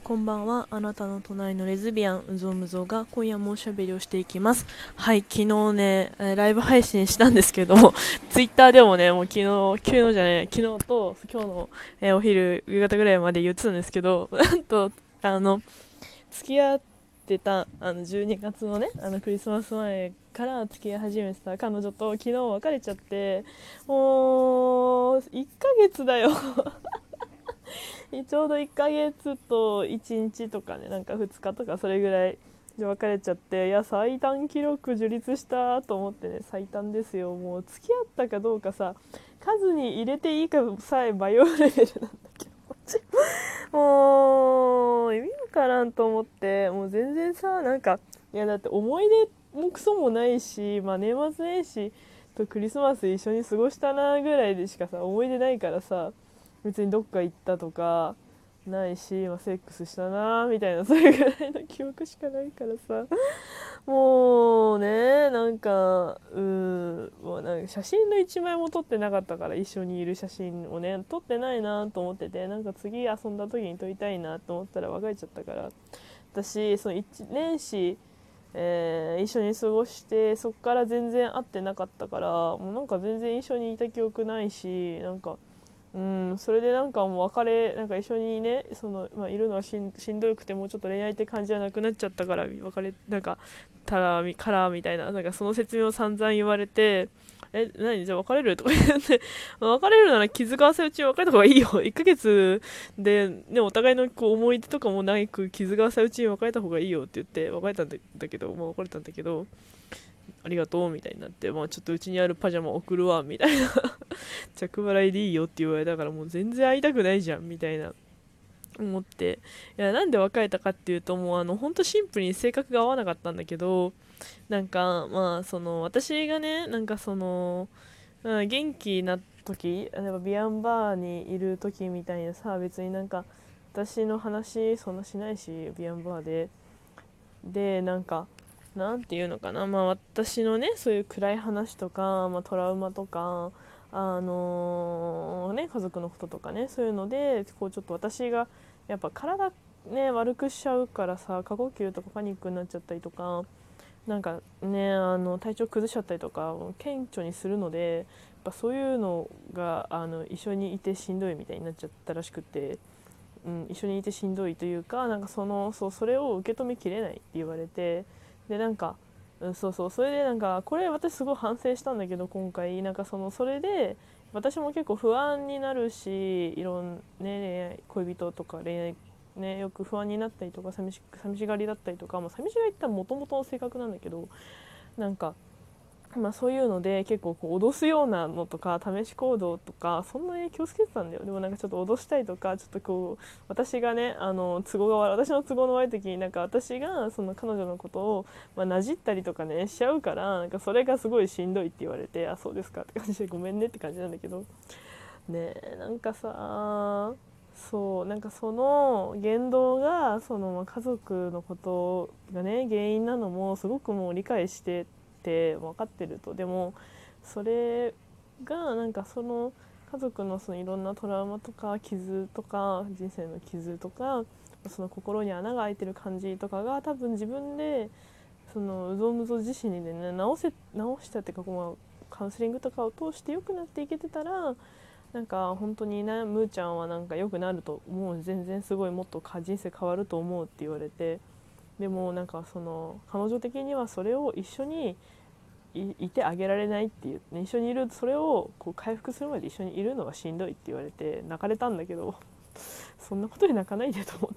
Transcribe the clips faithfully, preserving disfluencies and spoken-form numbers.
こんばんは。あなたの隣のレズビアン、うぞうむぞうが今夜もおしゃべりをしていきます。はい、昨日ね、えーライブ配信したんですけど、ツイッターでもね、もう昨日、昨日じゃねえ、昨日と今日の、えーお昼、夕方ぐらいまで言ってたんですけど、なんと、あの、付き合ってた、あの、じゅうにがつのね、あの、クリスマス前から付き合い始めてた彼女と昨日別れちゃって、もう、いっかげつだよ。ちょうどいっかげつといちにちとかね、なんかふつかとかそれぐらいで別れちゃって、いや最短記録樹立したと思ってね。最短ですよ。もう付き合ったかどうかさ、数に入れていいかさえ迷うレベルなんだけど、こっちもう意味わからんと思って。もう全然さ、なんか、いやだって思い出もクソもないし、まあ年末年始とクリスマス一緒に過ごしたなぐらいでしかさ思い出ないからさ、別にどっか行ったとかないし、まあ、セックスしたなみたいな、それぐらいの記憶しかないからさ、もうね、なんかうーもうなんか写真の一枚も撮ってなかったから、一緒にいる写真をね撮ってないなと思ってて、なんか次遊んだ時に撮りたいなと思ったら別れちゃったから。私そのいちねんし、えー一緒に過ごして、そっから全然会ってなかったから、もうなんか全然一緒にいた記憶ないし、なんかうん、それでなんかもう別れ、なんか一緒にね、その、まあ、いるのはしんしんどくて、もうちょっと恋愛って感じじゃなくなっちゃったから別れ、なんかたらみからみたいな、なんかその説明を散々言われて、え何じゃあ別れるとか言って別れるなら気づかわせうちに別れた方がいいよ、いっかげつで、ね、お互いのこう思い出とかもなく気づかわせうちに別れた方がいいよって言って別れたんだだけど、まあ、別れたんだけど、ありがとうみたいになって、まあ、ちょっとうちにあるパジャマ送るわみたいな、着払いでいいよって言われたから、もう全然会いたくないじゃんみたいな思って、いやなんで別れたかっていうと、もうあの本当シンプルに性格が合わなかったんだけど、なんかまあその私がね、なんかその、うん、元気な時、例えばビアンバーにいる時みたいなさ、別になんか私の話そんなしないし、ビアンバーででなんかなんていうのかな、まあ私のねそういう暗い話とか、まあ、トラウマとか、あのーね、家族のこととかね、そういうのでこうちょっと私がやっぱ体ね悪くしちゃうからさ、過呼吸とかパニックになっちゃったりとか、なんかね、あの体調崩しちゃったりとか顕著にするので、やっぱそういうのがあの一緒にいてしんどいみたいになっちゃったらしくて、うん、一緒にいてしんどいというか、なんかそのそうそれを受け止めきれないって言われて、でなんか、うん、そうそう、それでなんかこれ私すごい反省したんだけど、今回なんかそのそれで私も結構不安になるし、いろんね恋人とか恋愛ね、よく不安になったりとか、寂し寂しがりだったりとか、まあ、寂しがりってもともとの性格なんだけど、なんかまあ、そういうので結構こう脅すようなのとか試し行動とかそんなに気をつけてたんだよ。でもなんかちょっと脅したりとか、ちょっとこう私がね、あの都合が悪い私の都合の悪い時に、なんか私がその彼女のことを、まあ、なじったりとかねしちゃうから、なんかそれがすごいしんどいって言われて、あそうですかって感じで、ごめんねって感じなんだけどね。えなんかさ、そうなんかその言動がそのまあ家族のことがね原因なのもすごくもう理解してて分かってると。でもそれがなんかその家族のそのいろんなトラウマとか傷とか人生の傷とか、その心に穴が開いてる感じとかが多分自分でそのうぞうむぞう自身にね直せ直したっていうか、まあ、カウンセリングとかを通して良くなっていけてたら、なんか本当にね、むーちゃんはなんか良くなると思う、全然すごいもっと人生変わると思うって言われて。でもなんかその彼女的にはそれを一緒に い, いてあげられないっていう、ね、一緒にいる、それをこう回復するまで一緒にいるのがしんどいって言われて泣かれたんだけど、そんなことで泣かないでと思って、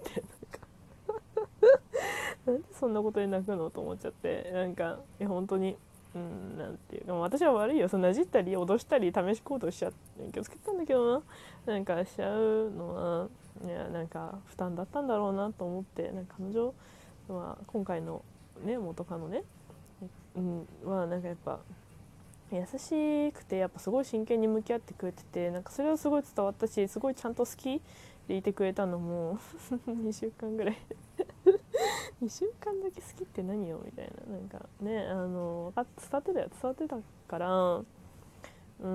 なんでそんなことで泣くのと思っちゃって、なんかいや本当に、うん、なんていうか、私は悪いよ、そのなじったり脅したり試し行動しちゃって気をつけたんだけどな、なんかしちゃうのは、いやなんか負担だったんだろうなと思って、なんか彼女は今回のね元カノね、うん、はなんかやっぱ優しくて、やっぱすごい真剣に向き合ってくれてて、なんかそれはすごい伝わったし、すごいちゃんと好きでいてくれたのもにしゅうかんぐらいにしゅうかんだけ好きって何よみたいな、なんかね、あの伝わってたよ伝わってたから、 うん、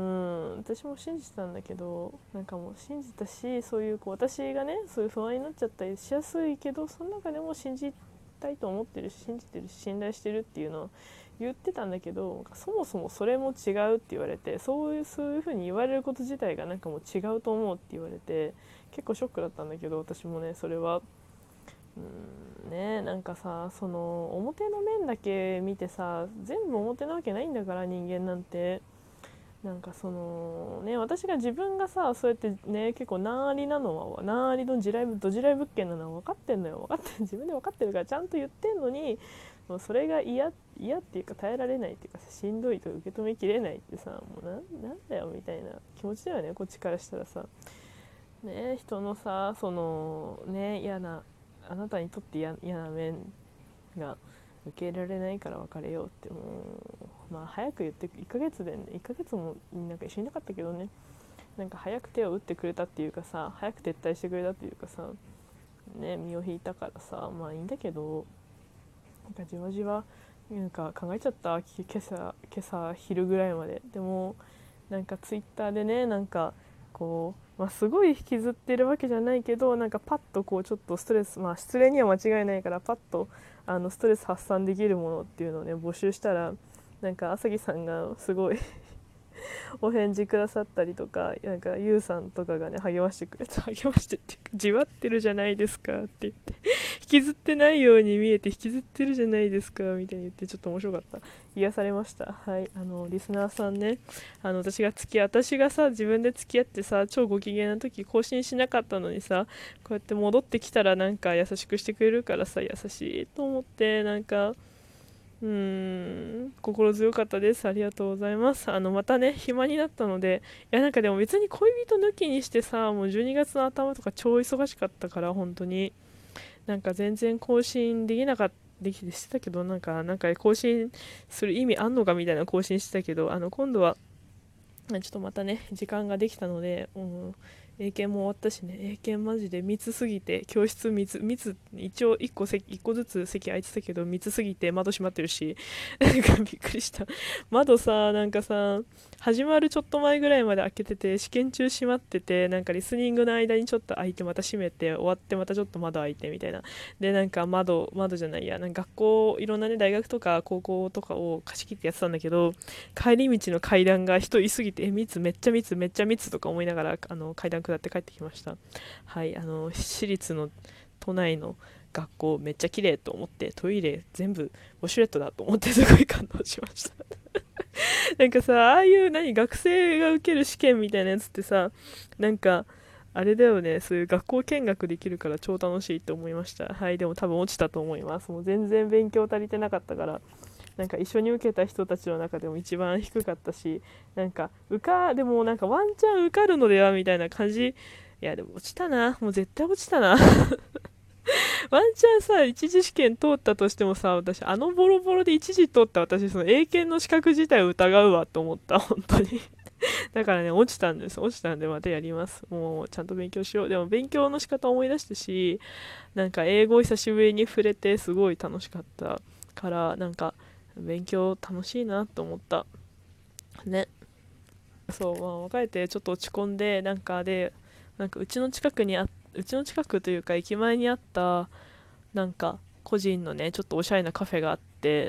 私も信じたんだけど、なんかもう信じたし、そういうこう私がねそういう不安になっちゃったりしやすいけど、その中でも信じたいと思ってるし、信じてるし、信頼してるっていうのを言ってたんだけど、そもそもそれも違うって言われて、そういうそういう風に言われること自体がなんかもう違うと思うって言われて、結構ショックだったんだけど、私もねそれはうんね、なんかさ、その表の面だけ見てさ、全部表なわけないんだから、人間なんて。なんかそのね、私が自分がさそうやってね結構難ありなのは、難ありの地雷ど地雷物件なのは分かってんのよ。分かって自分で分かってるからちゃんと言ってんのに、もうそれが嫌嫌っていうか耐えられないっていうか、しんどいと受け止めきれないってさ、もうななんだよみたいな気持ちだよね、こっちからしたらさ。ね、人のさそのね嫌な、あなたにとって嫌な面が受け入れられないから別れようって、もうまあ早く言って、いっかげつでね、いっかげつもなんか一緒にいなかったけどね、なんか早く手を打ってくれたっていうかさ、早く撤退してくれたっていうかさ、ね、身を引いたからさ、まあいいんだけど、なんかじわじわなんか考えちゃった、今朝今朝昼ぐらいまで。でもなんかツイッターでね、なんかこう、まあ、すごい引きずってるわけじゃないけど、なんかパッとこうちょっとストレス、まあ失恋には間違いないからパッとあのストレス発散できるものっていうのをね募集したら、なんか朝木さんがすごいお返事くださったりとか、なんかゆうさんとかがね励ましてくれて、励ましてっていうか、じわってるじゃないですかって言って、引きずってないように見えて引きずってるじゃないですかみたいに言って、ちょっと面白かった。癒されました。はい、あのリスナーさんね、あの私が付き合私がさ自分で付き合ってさ超ご機嫌な時更新しなかったのにさ、こうやって戻ってきたらなんか優しくしてくれるからさ、優しいと思って、なんかうーん心強かったです。ありがとうございます。あのまたね暇になったので、いやなんかでも別に恋人抜きにしてさ、もうじゅうにがつの頭とか超忙しかったから、本当になんか全然更新できなかった、できてしてたけど、なんかなんか更新する意味あんのかみたいな更新してたけど、あの今度はちょっとまたね時間ができたので、うん、英検も終わったしね、英検マジで密すぎて、教室密密一応いっこ席いっこずつ席空いてたけど密すぎて窓閉まってるし、なんかびっくりした。窓さなんかさ始まるちょっと前ぐらいまで開けてて、試験中閉まってて、なんかリスニングの間にちょっと開いてまた閉めて、終わってまたちょっと窓開いてみたいな。でなんか窓窓じゃないや、なんか学校いろんなね大学とか高校とかを貸し切ってやってたんだけど、帰り道の階段が人いすぎて、え密めっちゃ密めっちゃ密とか思いながら、あの階段下って帰ってきました。はい、あの私立の都内の学校めっちゃ綺麗と思って、トイレ全部ウォシュレットだと思って、すごい感動しましたなんかさ、ああいう何学生が受ける試験みたいなやつってさ、なんかあれだよね、そういう学校見学できるから超楽しいって思いました。はい、でも多分落ちたと思います。もう全然勉強足りてなかったから、なんか一緒に受けた人たちの中でも一番低かったし、なんか受かでもなんかワンチャン受かるのではみたいな感じ。いやでも落ちたな、もう絶対落ちたなワンチャンさ一次試験通ったとしてもさ、私あのボロボロで一次通った、私その英検の資格自体を疑うわと思った、本当にだからね落ちたんです。落ちたんでまたやります。もうちゃんと勉強しよう。でも勉強の仕方思い出したし、なんか英語久しぶりに触れてすごい楽しかったから、なんか勉強楽しいなと思ったね。そう、まあ、別れてちょっと落ち込んで、なんかでなんかうちの近くにあうちの近くというか駅前にあったなんか個人のねちょっとおしゃれなカフェがあって、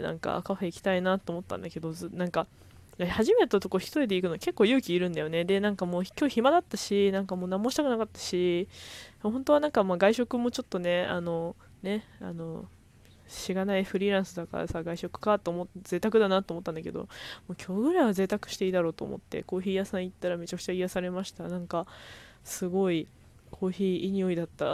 なんかカフェ行きたいなと思ったんだけど、ずなんか初めてのとこ一人で行くの結構勇気いるんだよね。でなんかもう今日暇だったし、なんかもう何もしたくなかったし、本当はなんかまあ外食もちょっとねあのねあのしがないフリーランスだからさ外食かと思って贅沢だなと思ったんだけど、もう今日ぐらいは贅沢していいだろうと思ってコーヒー屋さん行ったらめちゃくちゃ癒されました。なんかすごいコーヒーいい匂いだった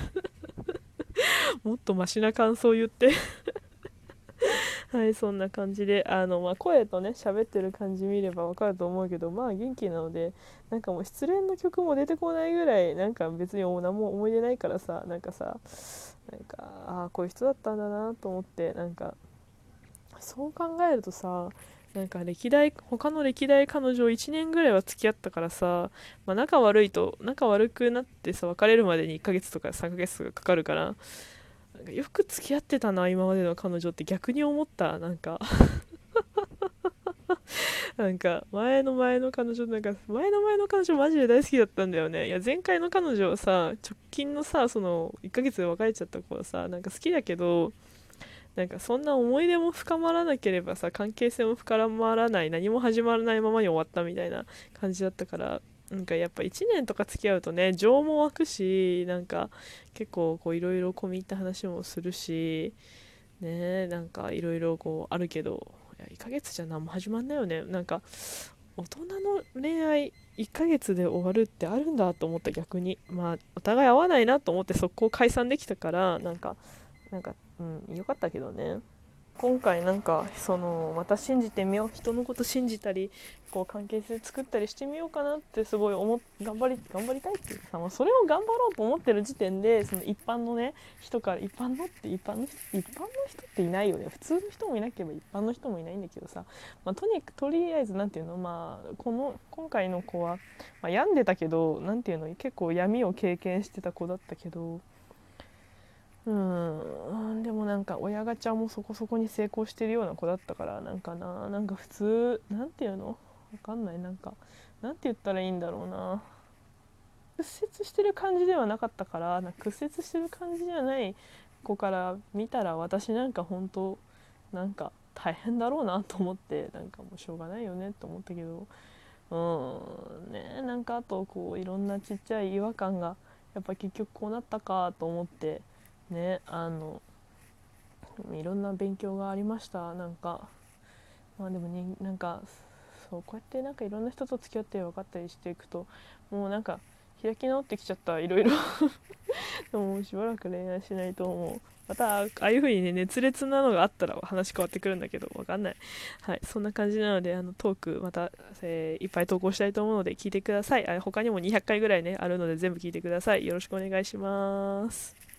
もっとマシな感想言ってはい、そんな感じで、あの、まあ、声とね喋ってる感じ見ればわかると思うけど、まあ元気なので、なんかもう失恋の曲も出てこないぐらい、なんか別に何も思い出ないからさ、なんかさ、なんかああこういう人だったんだなと思って、なんかそう考えるとさ、なんか歴代他の歴代彼女いちねんぐらいは付き合ったからさ、まあ、仲悪いと仲悪くなってさ別れるまでにいっかげつとかさんかげつとかかかるから、なんかよく付き合ってたな今までの彼女って逆に思った。なんかなんか前の前の彼女、なんか前の前の彼女マジで大好きだったんだよね。いや前回の彼女はさ、直近のさ、そのいっかげつで別れちゃった子はさ、なんか好きだけど、なんかそんな思い出も深まらなければさ、関係性も深まらない、何も始まらないままに終わったみたいな感じだったから、なんかやっぱいちねんとか付き合うとね、情も湧くし、なんか結構こういろいろ込み入った話もするし、ね、なんかいろいろこうあるけど、いやいっかげつじゃ何も始まんないよね。なんか大人の恋愛いっかげつで終わるってあるんだと思った。逆にまあお互い合わないなと思って速攻解散できたから、なんかなんかうん良かったけどね。今回なんかそのまた信じてみよう、人のこと信じたりこう関係性作ったりしてみようかなってすごい思っ頑張り頑張りたいっていうかさ、まあ、それを頑張ろうと思ってる時点で、その一般のね人から、一般のって一般の人一般の人っていないよね。普通の人もいなければ一般の人もいないんだけどさ、まあ、とにかくとりあえずなんていうの、まあこの今回の子は、まあ、病んでたけど、なんていうの、結構闇を経験してた子だったけど、うん、でもなんか親ガチャもそこそこに成功してるような子だったから、なんかな、なんか普通、なんていうの、わかんない、なんかなんて言ったらいいんだろうな、屈折してる感じではなかったから、なんか屈折してる感じじゃない子から見たら、私なんか本当なんか大変だろうなと思って、なんかもうしょうがないよねと思ったけど、うんね、なんかあとこういろんなちっちゃい違和感がやっぱ結局こうなったかと思ってね、あのいろんな勉強がありました。なんかまあでもね、なんかそうこうやってなんかいろんな人と付き合って分かったりしていくと、もうなんか開き直ってきちゃった、いろいろ。でももうしばらく恋愛しないと思う。またああいう風にね熱烈なのがあったら話変わってくるんだけど、わかんない。はい、そんな感じなので、あのトークまた、えーいっぱい投稿したいと思うので聞いてください。あ他にもにひゃっかいぐらいねあるので全部聞いてください。よろしくお願いします。